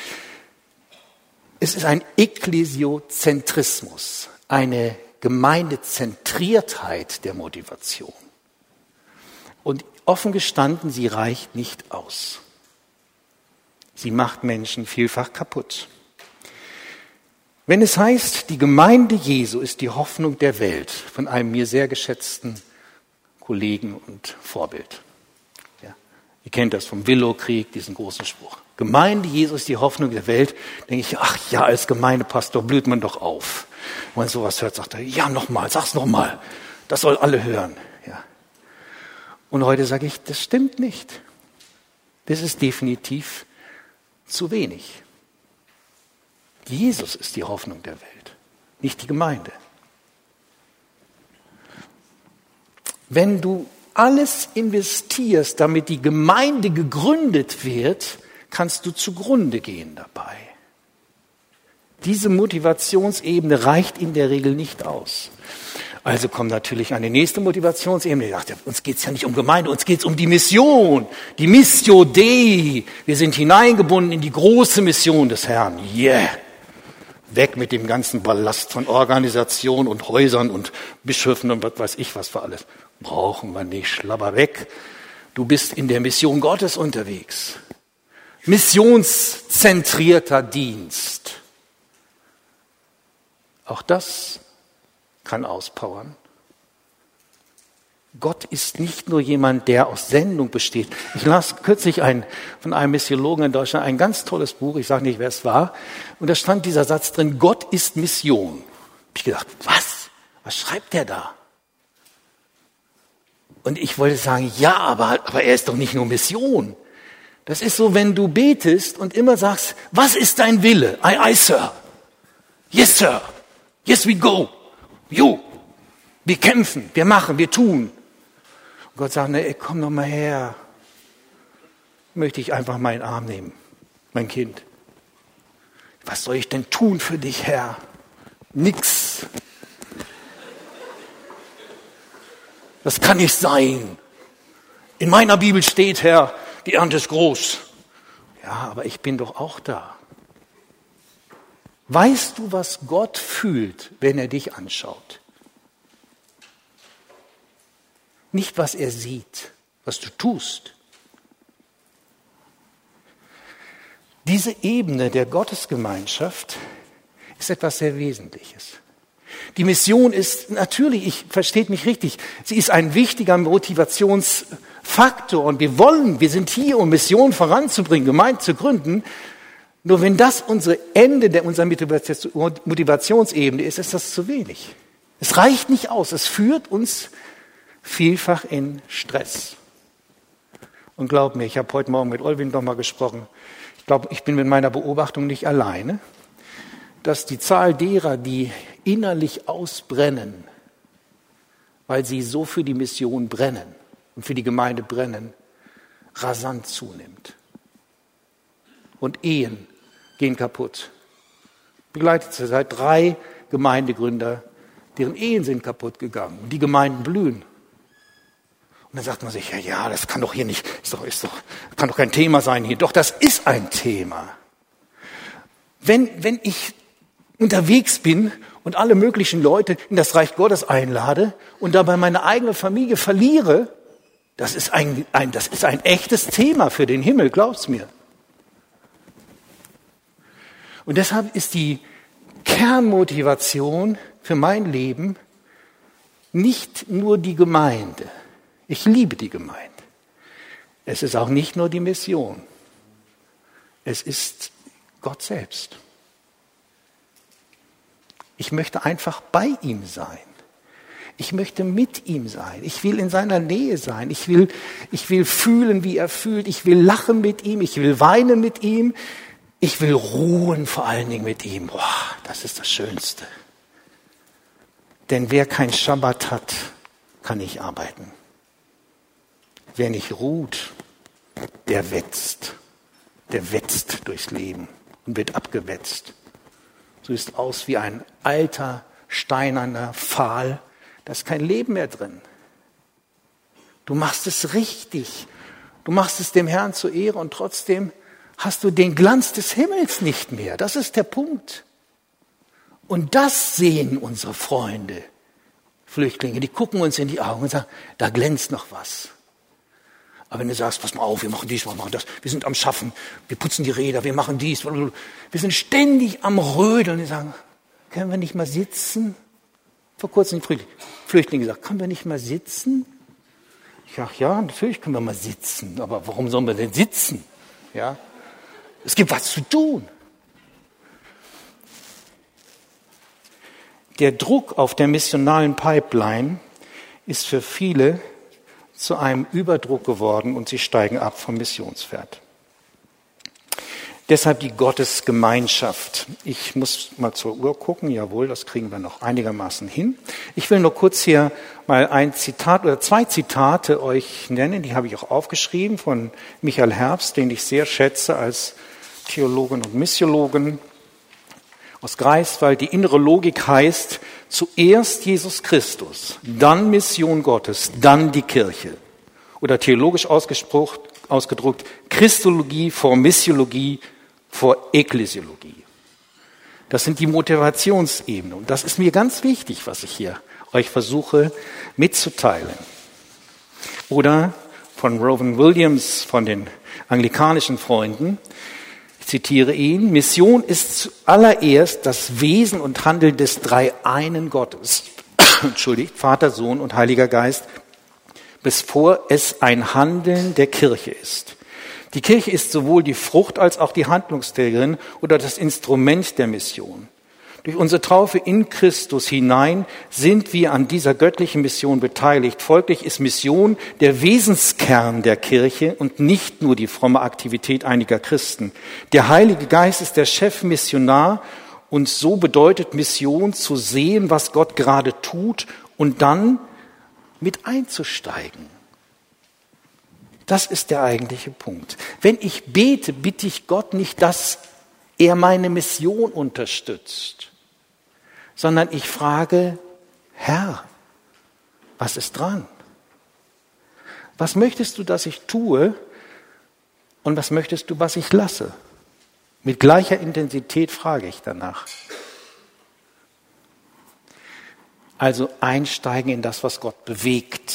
Es ist ein Ekklesiozentrismus, eine Gemeindezentriertheit der Motivation. Und offen gestanden, sie reicht nicht aus. Sie macht Menschen vielfach kaputt. Wenn es heißt, die Gemeinde Jesu ist die Hoffnung der Welt, von einem mir sehr geschätzten Kollegen und Vorbild. Ja. Ihr kennt das vom Willow-Krieg, diesen großen Spruch. Gemeinde Jesus, die Hoffnung der Welt, denke ich, ach ja, als Gemeindepastor blüht man doch auf. Wenn man sowas hört, sagt er, ja, nochmal, sag's nochmal. Das soll alle hören. Ja. Und heute sage ich, das stimmt nicht. Das ist definitiv zu wenig. Jesus ist die Hoffnung der Welt, nicht die Gemeinde. Wenn du alles investierst, damit die Gemeinde gegründet wird, kannst du zugrunde gehen dabei. Diese Motivationsebene reicht in der Regel nicht aus. Also kommt natürlich eine nächste Motivationsebene. Ich dachte, uns geht es ja nicht um Gemeinde, uns geht es um die Mission, die Missio Dei. Wir sind hineingebunden in die große Mission des Herrn. Yeah! Weg mit dem ganzen Ballast von Organisation und Häusern und Bischöfen und was weiß ich was für alles. Brauchen wir nicht, schlabber weg. Du bist in der Mission Gottes unterwegs. Missionszentrierter Dienst. Auch das kann auspowern. Gott ist nicht nur jemand, der aus Sendung besteht. Ich las kürzlich ein, von einem Missiologen in Deutschland ein ganz tolles Buch, ich sage nicht, wer es war, und da stand dieser Satz drin, Gott ist Mission. Hab ich gedacht, was? Was schreibt der da? Und ich wollte sagen, ja, aber, aber er ist doch nicht nur Mission. Das ist so, wenn du betest und immer sagst, was ist dein Wille? Aye, aye, Sir. Yes, Sir. Yes, we go. You. Wir kämpfen, wir machen, wir tun. Und Gott sagt, nee, komm doch mal her. Möchte ich einfach meinen Arm nehmen, mein Kind. Was soll ich denn tun für dich, Herr? Nix. Das kann nicht sein. In meiner Bibel steht, Herr, die Ernte ist groß. Ja, aber ich bin doch auch da. Weißt du, was Gott fühlt, wenn er dich anschaut? Nicht, was er sieht, was du tust. Diese Ebene der Gottesgemeinschaft ist etwas sehr Wesentliches. Die Mission ist natürlich, ich versteht mich richtig, sie ist ein wichtiger Motivationsfaktor und wir wollen, wir sind hier, um Mission voranzubringen, Gemeinde zu gründen. Nur wenn das unsere Ende der unserer Motivationsebene ist, ist das zu wenig. Es reicht nicht aus, es führt uns vielfach in Stress. Und glaub mir, ich habe heute Morgen mit Olwin noch mal gesprochen. Ich glaube, ich bin mit meiner Beobachtung nicht alleine, dass die Zahl derer, die innerlich ausbrennen, weil sie so für die Mission brennen und für die Gemeinde brennen, rasant zunimmt. Und Ehen gehen kaputt. Begleitet zurzeit drei Gemeindegründer, deren Ehen sind kaputt gegangen. Und die Gemeinden blühen. Und dann sagt man sich, ja, ja, das kann doch hier nicht, ist doch, ist doch, kann doch kein Thema sein hier. Doch, das ist ein Thema. Wenn, wenn ich unterwegs bin und alle möglichen Leute in das Reich Gottes einlade und dabei meine eigene Familie verliere, das ist ein, ein, das ist ein echtes Thema für den Himmel, glaub's mir. Und deshalb ist die Kernmotivation für mein Leben nicht nur die Gemeinde. Ich liebe die Gemeinde. Es ist auch nicht nur die Mission. Es ist Gott selbst. Ich möchte einfach bei ihm sein. Ich möchte mit ihm sein. Ich will in seiner Nähe sein. Ich will, ich will fühlen, wie er fühlt. Ich will lachen mit ihm. Ich will weinen mit ihm. Ich will ruhen vor allen Dingen mit ihm. Boah, das ist das Schönste. Denn wer kein Schabbat hat, kann nicht arbeiten. Wer nicht ruht, der wetzt. Der wetzt durchs Leben und wird abgewetzt. So ist aus wie ein alter, steinerner Pfahl. Da ist kein Leben mehr drin. Du machst es richtig. Du machst es dem Herrn zur Ehre und trotzdem hast du den Glanz des Himmels nicht mehr. Das ist der Punkt. Und das sehen unsere Freunde, Flüchtlinge. Die gucken uns in die Augen und sagen, da glänzt noch was. Aber wenn du sagst, pass mal auf, wir machen dies, wir machen das, wir sind am Schaffen, wir putzen die Räder, wir machen dies, wir sind ständig am Rödeln. Die sagen, können wir nicht mal sitzen? Vor kurzem die Flüchtlinge gesagt, können wir nicht mal sitzen? Ich sage, ja, natürlich können wir mal sitzen, aber warum sollen wir denn sitzen? Ja. Es gibt was zu tun. Der Druck auf der missionalen Pipeline ist für viele zu einem Überdruck geworden und sie steigen ab vom Missionspferd. Deshalb die Gottesgemeinschaft. Ich muss mal zur Uhr gucken. Jawohl, das kriegen wir noch einigermaßen hin. Ich will nur kurz hier mal ein Zitat oder zwei Zitate euch nennen. Die habe ich auch aufgeschrieben von Michael Herbst, den ich sehr schätze als Theologen und Missiologen aus Greifswald. Die innere Logik heißt, zuerst Jesus Christus, dann Mission Gottes, dann die Kirche. Oder theologisch ausgedruckt, Christologie vor Missiologie vor Ekklesiologie. Das sind die Motivationsebenen. Und das ist mir ganz wichtig, was ich hier euch versuche mitzuteilen. Oder von Rowan Williams, von den anglikanischen Freunden, ich zitiere ihn, Mission ist zuallererst das Wesen und Handeln des Dreieinen Gottes, entschuldigt, Vater, Sohn und Heiliger Geist, bevor es ein Handeln der Kirche ist. Die Kirche ist sowohl die Frucht als auch die Handlungsträgerin oder das Instrument der Mission. Durch unsere Taufe in Christus hinein sind wir an dieser göttlichen Mission beteiligt. Folglich ist Mission der Wesenskern der Kirche und nicht nur die fromme Aktivität einiger Christen. Der Heilige Geist ist der Chefmissionar und so bedeutet Mission zu sehen, was Gott gerade tut und dann mit einzusteigen. Das ist der eigentliche Punkt. Wenn ich bete, bitte ich Gott nicht, dass er meine Mission unterstützt, sondern ich frage, Herr, was ist dran? Was möchtest du, dass ich tue und was möchtest du, was ich lasse? Mit gleicher Intensität frage ich danach. Also einsteigen in das, was Gott bewegt.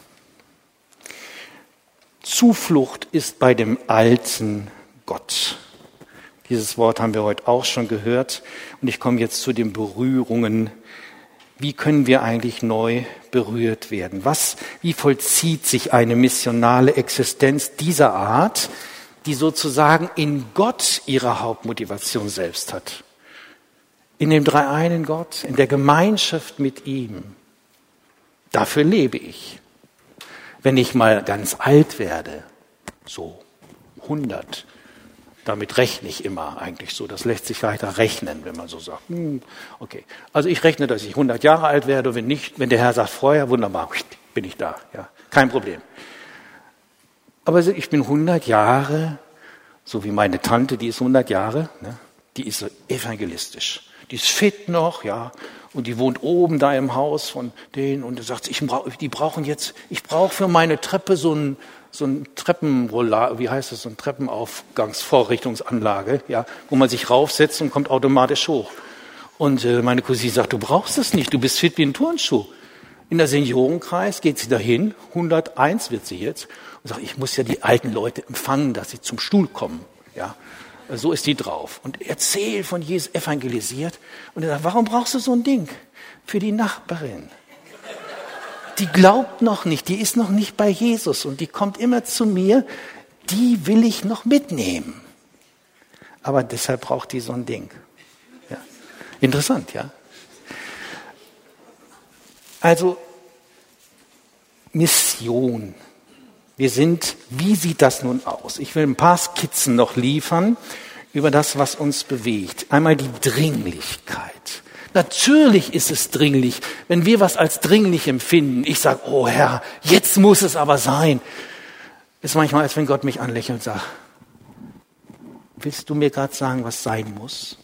Zuflucht ist bei dem alten Gott. Dieses Wort haben wir heute auch schon gehört. Und ich komme jetzt zu den Berührungen. Wie können wir eigentlich neu berührt werden? Was, wie vollzieht sich eine missionale Existenz dieser Art, die sozusagen in Gott ihre Hauptmotivation selbst hat? In dem dreieinen Gott, in der Gemeinschaft mit ihm. Dafür lebe ich. Wenn ich mal ganz alt werde, so hundert, damit rechne ich immer eigentlich so. Das lässt sich leichter rechnen, wenn man so sagt. Hm, okay, also ich rechne, dass ich hundert Jahre alt werde. Wenn nicht, wenn der Herr sagt vorher, wunderbar, bin ich da. Ja, kein Problem. Aber ich bin hundert Jahre, so wie meine Tante, die ist hundert Jahre, ne, die ist so evangelistisch. Die ist fit noch, ja, und die wohnt oben da im Haus von denen und sagt, ich brauch, die brauchen jetzt, ich brauche für meine Treppe so ein so ein Treppenroller, wie heißt das, so ein Treppenaufgangsvorrichtungsanlage, ja, wo man sich raufsetzt und kommt automatisch hoch. Und äh, meine Cousine sagt, du brauchst das nicht, du bist fit wie ein Turnschuh. In der Seniorenkreis geht sie dahin, hunderteins wird sie jetzt, und sagt, ich muss ja die alten Leute empfangen, dass sie zum Stuhl kommen, ja. So ist die drauf. Und erzählt von Jesus, evangelisiert. Und er sagt, warum brauchst du so ein Ding? Für die Nachbarin. Die glaubt noch nicht, die ist noch nicht bei Jesus. Und die kommt immer zu mir, die will ich noch mitnehmen. Aber deshalb braucht die so ein Ding. Ja. Interessant, ja? Also, Mission. Wir sind, wie sieht das nun aus? Ich will ein paar Skizzen noch liefern über das, was uns bewegt. Einmal die Dringlichkeit. Natürlich ist es dringlich, wenn wir was als dringlich empfinden. Ich sage, oh Herr, jetzt muss es aber sein. Ist manchmal, als wenn Gott mich anlächelt und sagt, willst du mir gerade sagen, was sein muss?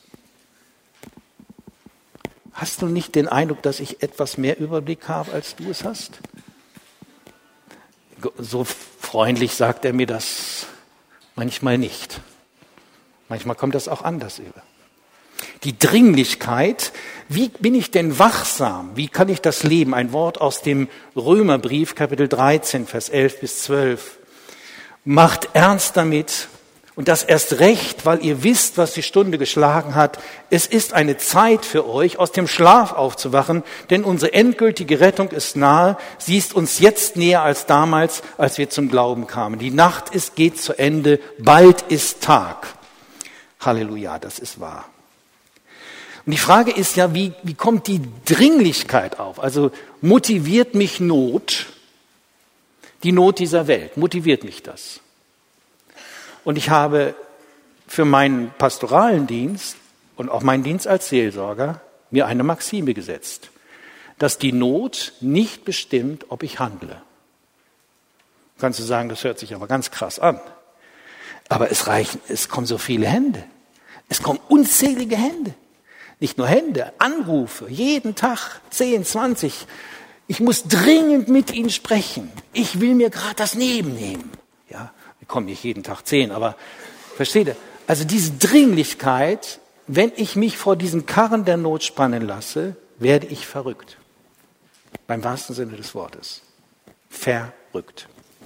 Hast du nicht den Eindruck, dass ich etwas mehr Überblick habe, als du es hast? So freundlich sagt er mir das manchmal nicht. Manchmal kommt das auch anders über. Die Dringlichkeit, wie bin ich denn wachsam? Wie kann ich das leben? Ein Wort aus dem Römerbrief, Kapitel dreizehn, Vers elf bis zwölf. Macht ernst damit und das erst recht, weil ihr wisst, was die Stunde geschlagen hat. Es ist eine Zeit für euch, aus dem Schlaf aufzuwachen, denn unsere endgültige Rettung ist nahe. Sie ist uns jetzt näher als damals, als wir zum Glauben kamen. Die Nacht ist, geht zu Ende, bald ist Tag. Halleluja, das ist wahr. Und die Frage ist ja, wie, wie kommt die Dringlichkeit auf? Also motiviert mich Not, die Not dieser Welt, motiviert mich das? Und ich habe für meinen pastoralen Dienst und auch meinen Dienst als Seelsorger mir eine Maxime gesetzt, dass die Not nicht bestimmt, ob ich handle. Kannst du sagen, das hört sich aber ganz krass an. Aber es reichen, es kommen so viele Hände. Es kommen unzählige Hände. Nicht nur Hände, Anrufe, jeden Tag zehn, zwanzig. Ich muss dringend mit Ihnen sprechen. Ich will mir gerade das Leben nehmen. Ja, wir kommen nicht jeden Tag zehn, aber versteht ihr? Also diese Dringlichkeit, wenn ich mich vor diesen Karren der Not spannen lasse, werde ich verrückt. Beim wahrsten Sinne des Wortes. Verrückt.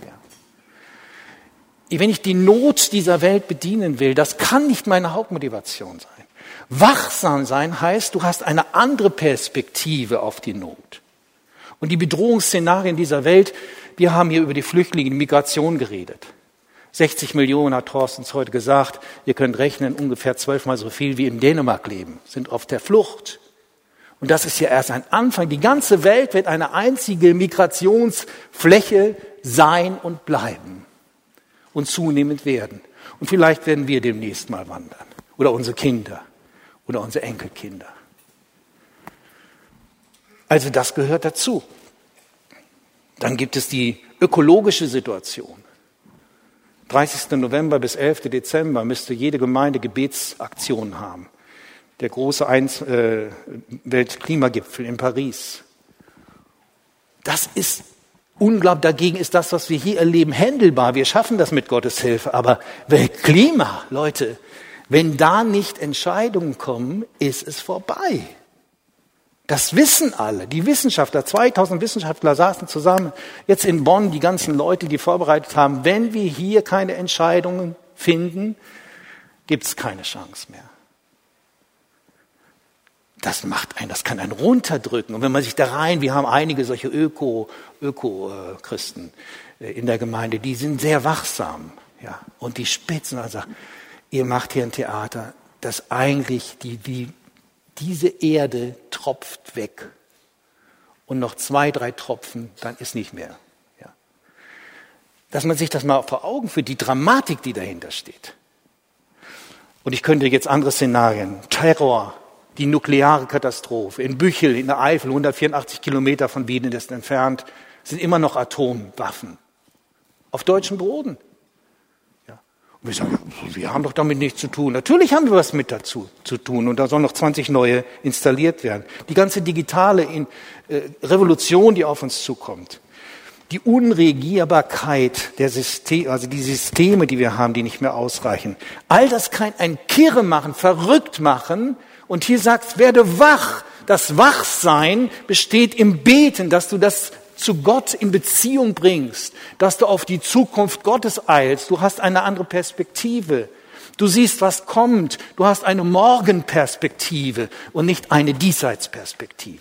Ja. Wenn ich die Not dieser Welt bedienen will, das kann nicht meine Hauptmotivation sein. Wachsam sein heißt, du hast eine andere Perspektive auf die Not. Und die Bedrohungsszenarien dieser Welt, wir haben hier über die Flüchtlinge, die Migration geredet. sechzig Millionen hat Thorstens heute gesagt, ihr könnt rechnen, ungefähr zwölfmal so viel wie in Dänemark leben, sind auf der Flucht. Und das ist ja erst ein Anfang. Die ganze Welt wird eine einzige Migrationsfläche sein und bleiben und zunehmend werden. Und vielleicht werden wir demnächst mal wandern oder unsere Kinder oder unsere Enkelkinder. Also das gehört dazu. Dann gibt es die ökologische Situation. dreißigsten November bis elften Dezember müsste jede Gemeinde Gebetsaktionen haben. Der große Einz- äh, Weltklimagipfel in Paris. Das ist unglaublich. Dagegen ist das, was wir hier erleben, händelbar. Wir schaffen das mit Gottes Hilfe. Aber Weltklima, Leute, wenn da nicht Entscheidungen kommen, ist es vorbei. Das wissen alle. Die Wissenschaftler, zweitausend Wissenschaftler saßen zusammen, jetzt in Bonn, die ganzen Leute, die vorbereitet haben, wenn wir hier keine Entscheidungen finden, gibt es keine Chance mehr. Das macht einen, das kann einen runterdrücken. Und wenn man sich da rein, wir haben einige solche Öko, Öko-Christen in der Gemeinde, die sind sehr wachsam, ja. Und die spitzen und sagen, ihr macht hier ein Theater, das eigentlich die, die, diese Erde tropft weg. Und noch zwei, drei Tropfen, dann ist nicht mehr. Ja. Dass man sich das mal vor Augen führt, die Dramatik, die dahinter steht. Und ich könnte jetzt andere Szenarien, Terror, die nukleare Katastrophe. In Büchel, in der Eifel, hundertvierundachtzig Kilometer von Wiedenest entfernt, sind immer noch Atomwaffen. Auf deutschem Boden. Ja. Und wir sagen, wir haben doch damit nichts zu tun. Natürlich haben wir was mit dazu zu tun. Und da sollen noch zwanzig neue installiert werden. Die ganze digitale in, äh, Revolution, die auf uns zukommt. Die Unregierbarkeit der Systeme, also die Systeme, die wir haben, die nicht mehr ausreichen. All das kann ein Kirre machen, verrückt machen. Und hier sagt, werde wach. Das Wachsein besteht im Beten, dass du das zu Gott in Beziehung bringst, dass du auf die Zukunft Gottes eilst. Du hast eine andere Perspektive. Du siehst, was kommt. Du hast eine Morgenperspektive und nicht eine Diesseitsperspektive.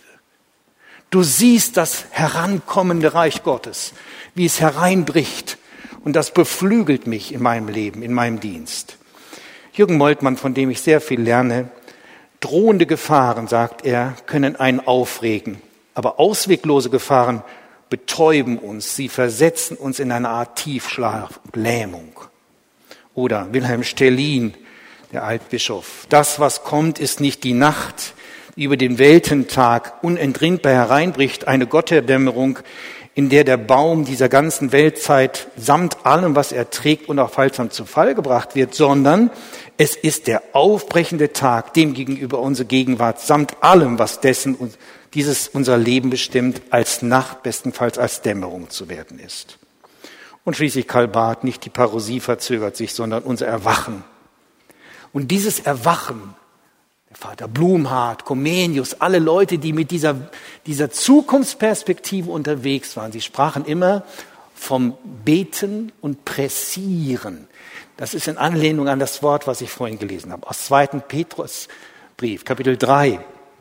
Du siehst das herankommende Reich Gottes, wie es hereinbricht. Und das beflügelt mich in meinem Leben, in meinem Dienst. Jürgen Moltmann, von dem ich sehr viel lerne, drohende Gefahren, sagt er, können einen aufregen. Aber ausweglose Gefahren betäuben uns. Sie versetzen uns in eine Art Tiefschlaf, Lähmung. Oder Wilhelm Stellin, der Altbischof. Das, was kommt, ist nicht die Nacht, die über den Weltentag unentrinnbar hereinbricht, eine Gotterdämmerung, in der der Baum dieser ganzen Weltzeit samt allem, was er trägt, unaufhaltsam zu Fall gebracht wird, sondern es ist der aufbrechende Tag, dem gegenüber unsere Gegenwart samt allem, was dessen und dieses unser Leben bestimmt, als Nacht, bestenfalls als Dämmerung zu werden ist. Und schließlich Karl Barth, nicht die Parosie verzögert sich, sondern unser Erwachen. Und dieses Erwachen, der Vater Blumhardt, Comenius, alle Leute, die mit dieser, dieser Zukunftsperspektive unterwegs waren, sie sprachen immer vom Beten und Pressieren. Das ist in Anlehnung an das Wort, was ich vorhin gelesen habe, aus zweiten Petrusbrief, Kapitel drei.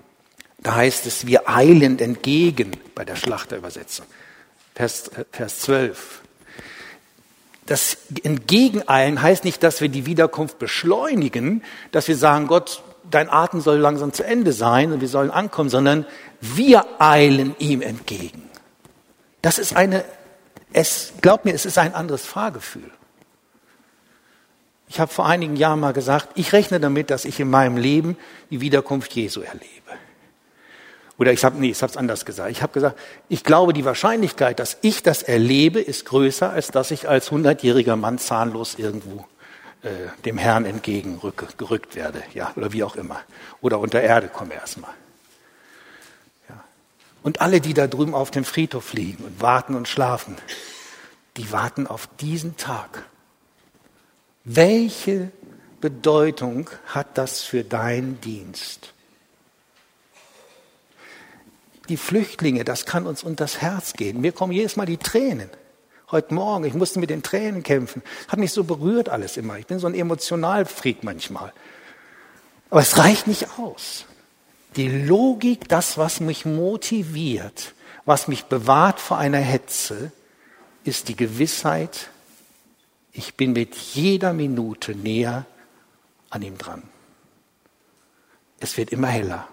Da heißt es, wir eilen entgegen, bei der Schlachterübersetzung, Vers, Vers zwölf. das Entgegeneilen heißt nicht, dass wir die Wiederkunft beschleunigen, dass wir sagen, Gott, dein Atem soll langsam zu Ende sein und wir sollen ankommen, sondern wir eilen ihm entgegen. Das ist eine, es, glaub mir, es ist ein anderes Fahrgefühl. Ich habe vor einigen Jahren mal gesagt, ich rechne damit, dass ich in meinem Leben die Wiederkunft Jesu erlebe. Oder ich habe, nee, ich habe es anders gesagt. Ich habe gesagt, ich glaube, die Wahrscheinlichkeit, dass ich das erlebe, ist größer, als dass ich als hundertjähriger Mann zahnlos irgendwo äh, dem Herrn entgegengerückt werde, ja, oder wie auch immer. Oder unter Erde komme erstmal. Ja. Und alle, die da drüben auf dem Friedhof liegen und warten und schlafen, die warten auf diesen Tag. Welche Bedeutung hat das für deinen Dienst? Die Flüchtlinge, das kann uns unters Herz gehen. Mir kommen jedes Mal die Tränen. Heute Morgen, ich musste mit den Tränen kämpfen. Hat mich so berührt alles immer. Ich bin so ein Emotionalfreak manchmal. Aber es reicht nicht aus. Die Logik, das, was mich motiviert, was mich bewahrt vor einer Hetze, ist die Gewissheit, ich bin mit jeder Minute näher an ihm dran. Es wird immer heller.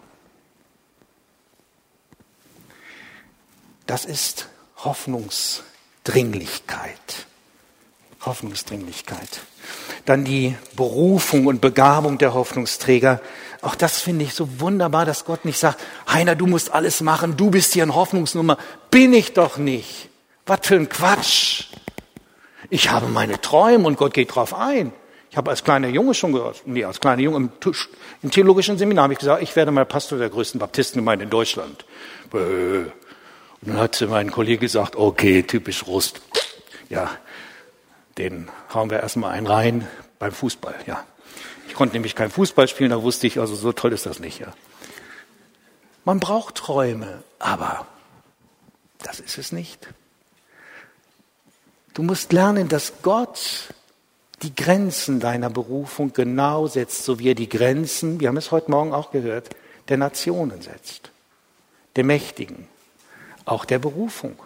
Das ist Hoffnungsdringlichkeit. Hoffnungsdringlichkeit. Dann die Berufung und Begabung der Hoffnungsträger. Auch das finde ich so wunderbar, dass Gott nicht sagt, Heiner, du musst alles machen, du bist hier eine Hoffnungsnummer. Bin ich doch nicht. Was für ein Quatsch. Ich habe meine Träume und Gott geht drauf ein. Ich habe als kleiner Junge schon gehört, nee, als kleiner Junge im, im theologischen Seminar habe ich gesagt, ich werde mal Pastor der größten Baptistengemeinde in Deutschland. Und dann hat mein Kollege gesagt, okay, typisch Rust. Ja, den hauen wir erstmal einen rein beim Fußball, ja. Ich konnte nämlich kein Fußball spielen, da wusste ich, also so toll ist das nicht, ja. Man braucht Träume, aber das ist es nicht. Du musst lernen, dass Gott die Grenzen deiner Berufung genau setzt, so wie er die Grenzen, wir haben es heute Morgen auch gehört, der Nationen setzt, der Mächtigen, auch der Berufung.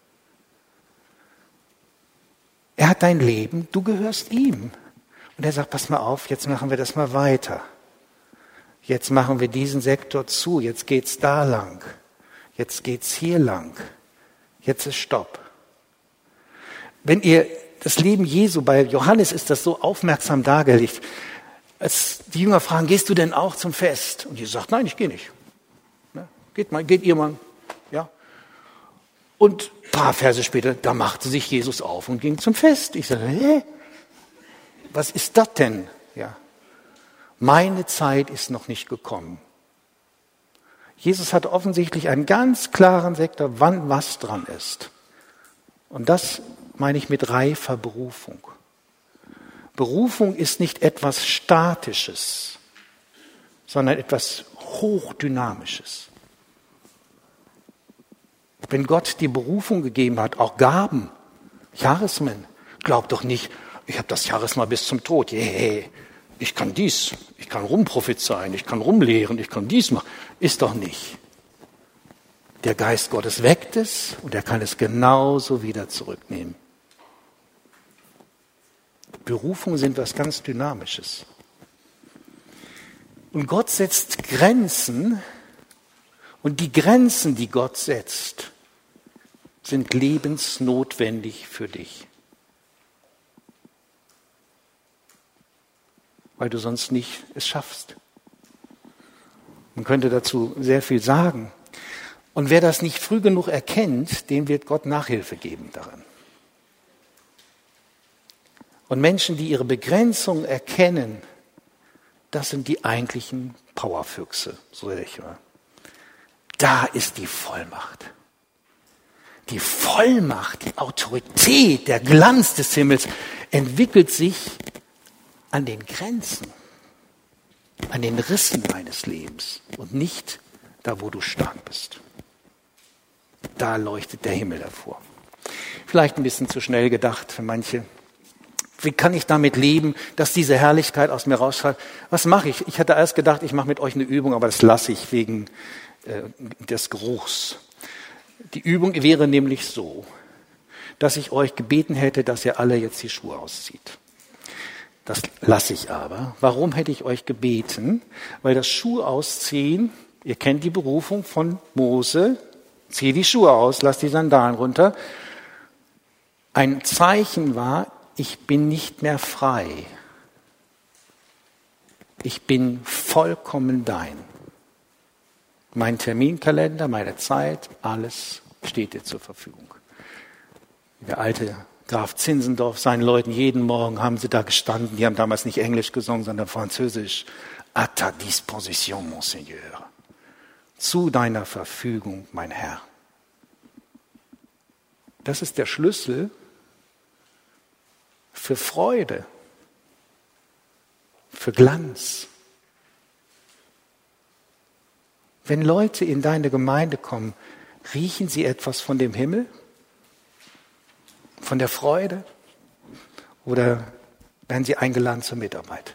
Er hat dein Leben, du gehörst ihm. Und er sagt, pass mal auf, jetzt machen wir das mal weiter. Jetzt machen wir diesen Sektor zu, jetzt geht's da lang, jetzt geht's hier lang, jetzt ist Stopp. Wenn ihr das Leben Jesu, bei Johannes ist das so aufmerksam dargelegt, als die Jünger fragen, gehst du denn auch zum Fest? Und Jesus sagt, nein, ich gehe nicht. Geht mal, geht ihr mal. Ja. Und ein paar Verse später, da machte sich Jesus auf und ging zum Fest. Ich sage, hä? Was ist das denn? Ja. Meine Zeit ist noch nicht gekommen. Jesus hat offensichtlich einen ganz klaren Sektor, wann was dran ist. Und das meine ich mit reifer Berufung. Berufung ist nicht etwas Statisches, sondern etwas Hochdynamisches. Wenn Gott die Berufung gegeben hat, auch Gaben, Charismen, glaub doch nicht, ich habe das Charisma bis zum Tod. Yeah, ich kann dies, ich kann rumprophezeien, ich kann rumlehren, ich kann dies machen. Ist doch nicht. Der Geist Gottes weckt es und er kann es genauso wieder zurücknehmen. Berufungen sind was ganz Dynamisches. Und Gott setzt Grenzen und die Grenzen, die Gott setzt, sind lebensnotwendig für dich. Weil du sonst nicht es schaffst. Man könnte dazu sehr viel sagen. Und wer das nicht früh genug erkennt, dem wird Gott Nachhilfe geben daran. Und Menschen, die ihre Begrenzung erkennen, das sind die eigentlichen Powerfüchse, so ich war. Da ist die Vollmacht. Die Vollmacht, die Autorität, der Glanz des Himmels entwickelt sich an den Grenzen, an den Rissen deines Lebens und nicht da, wo du stark bist. Da leuchtet der Himmel hervor. Vielleicht ein bisschen zu schnell gedacht für manche. Wie kann ich damit leben, dass diese Herrlichkeit aus mir rausschreit? Was mache ich? Ich hatte erst gedacht, ich mache mit euch eine Übung, aber das lasse ich wegen äh, des Geruchs. Die Übung wäre nämlich so. dass ich euch gebeten hätte, dass ihr alle jetzt die Schuhe auszieht. Das lasse ich aber. Warum hätte ich euch gebeten? Weil das Schuhe ausziehen, ihr kennt die Berufung von Mose, zieh die Schuhe aus, lass die Sandalen runter, ein Zeichen war, ich bin nicht mehr frei. Ich bin vollkommen dein. Mein Terminkalender, meine Zeit, alles steht dir zur Verfügung. Der alte Graf Zinzendorf, seinen Leuten, jeden Morgen haben sie da gestanden, die haben damals nicht Englisch gesungen, sondern Französisch. À ta disposition, Monseigneur. Zu deiner Verfügung, mein Herr. Das ist der Schlüssel für Freude, für Glanz. Wenn Leute in deine Gemeinde kommen, riechen sie etwas von dem Himmel? Von der Freude? Oder werden sie eingeladen zur Mitarbeit?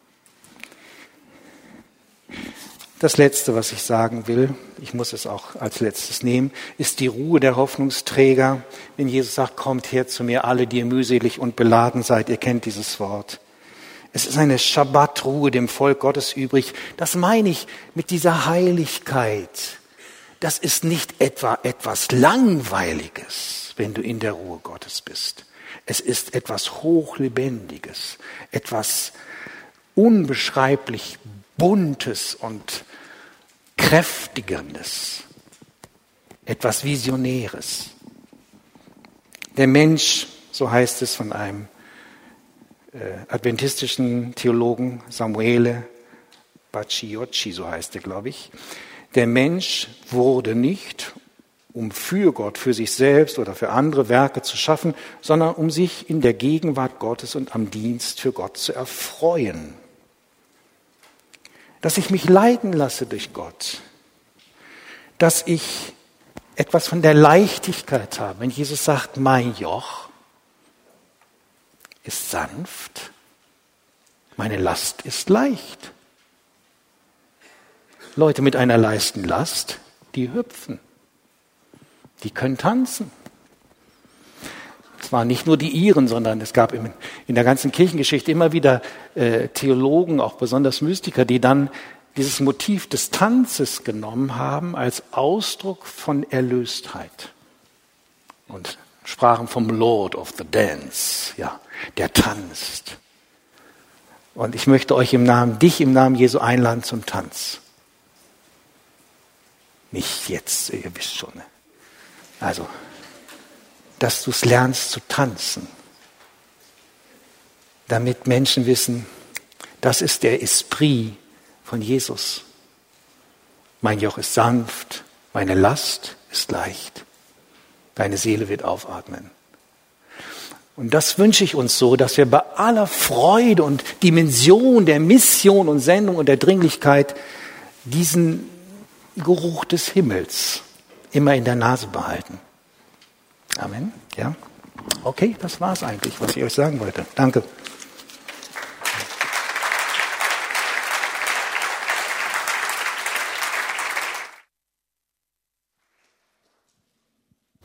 Das Letzte, was ich sagen will, ich muss es auch als Letztes nehmen, ist die Ruhe der Hoffnungsträger. Wenn Jesus sagt, kommt her zu mir, alle, die ihr mühselig und beladen seid, ihr kennt dieses Wort. Es ist eine Schabbatruhe dem Volk Gottes übrig. Das meine ich mit dieser Heiligkeit. Das ist nicht etwa etwas Langweiliges, wenn du in der Ruhe Gottes bist. Es ist etwas Hochlebendiges, etwas unbeschreiblich Buntes und Kräftigendes, etwas Visionäres. Der Mensch, so heißt es von einem äh, adventistischen Theologen, Samuele Bacciocchi, so heißt er, glaube ich, der Mensch wurde nicht, um für Gott, für sich selbst oder für andere Werke zu schaffen, sondern um sich in der Gegenwart Gottes und am Dienst für Gott zu erfreuen. Dass ich mich leiten lasse durch Gott, dass ich etwas von der Leichtigkeit habe. Wenn Jesus sagt, mein Joch ist sanft, meine Last ist leicht. Leute mit einer leichten Last, die hüpfen, die können tanzen. Es waren nicht nur die Iren, sondern es gab in, in der ganzen Kirchengeschichte immer wieder äh, Theologen, auch besonders Mystiker, die dann dieses Motiv des Tanzes genommen haben als Ausdruck von Erlöstheit und sprachen vom Lord of the Dance, ja, der tanzt. Und ich möchte euch im Namen, dich im Namen Jesu einladen zum Tanz. Nicht jetzt, ihr wisst schon. Ne? Also, dass du es lernst zu tanzen, damit Menschen wissen, das ist der Esprit von Jesus. Mein Joch ist sanft, meine Last ist leicht, deine Seele wird aufatmen. Und das wünsche ich uns so, dass wir bei aller Freude und Dimension der Mission und Sendung und der Dringlichkeit diesen Geruch des Himmels immer in der Nase behalten. Amen. Ja. Okay, das war's eigentlich, was ich euch sagen wollte. Danke.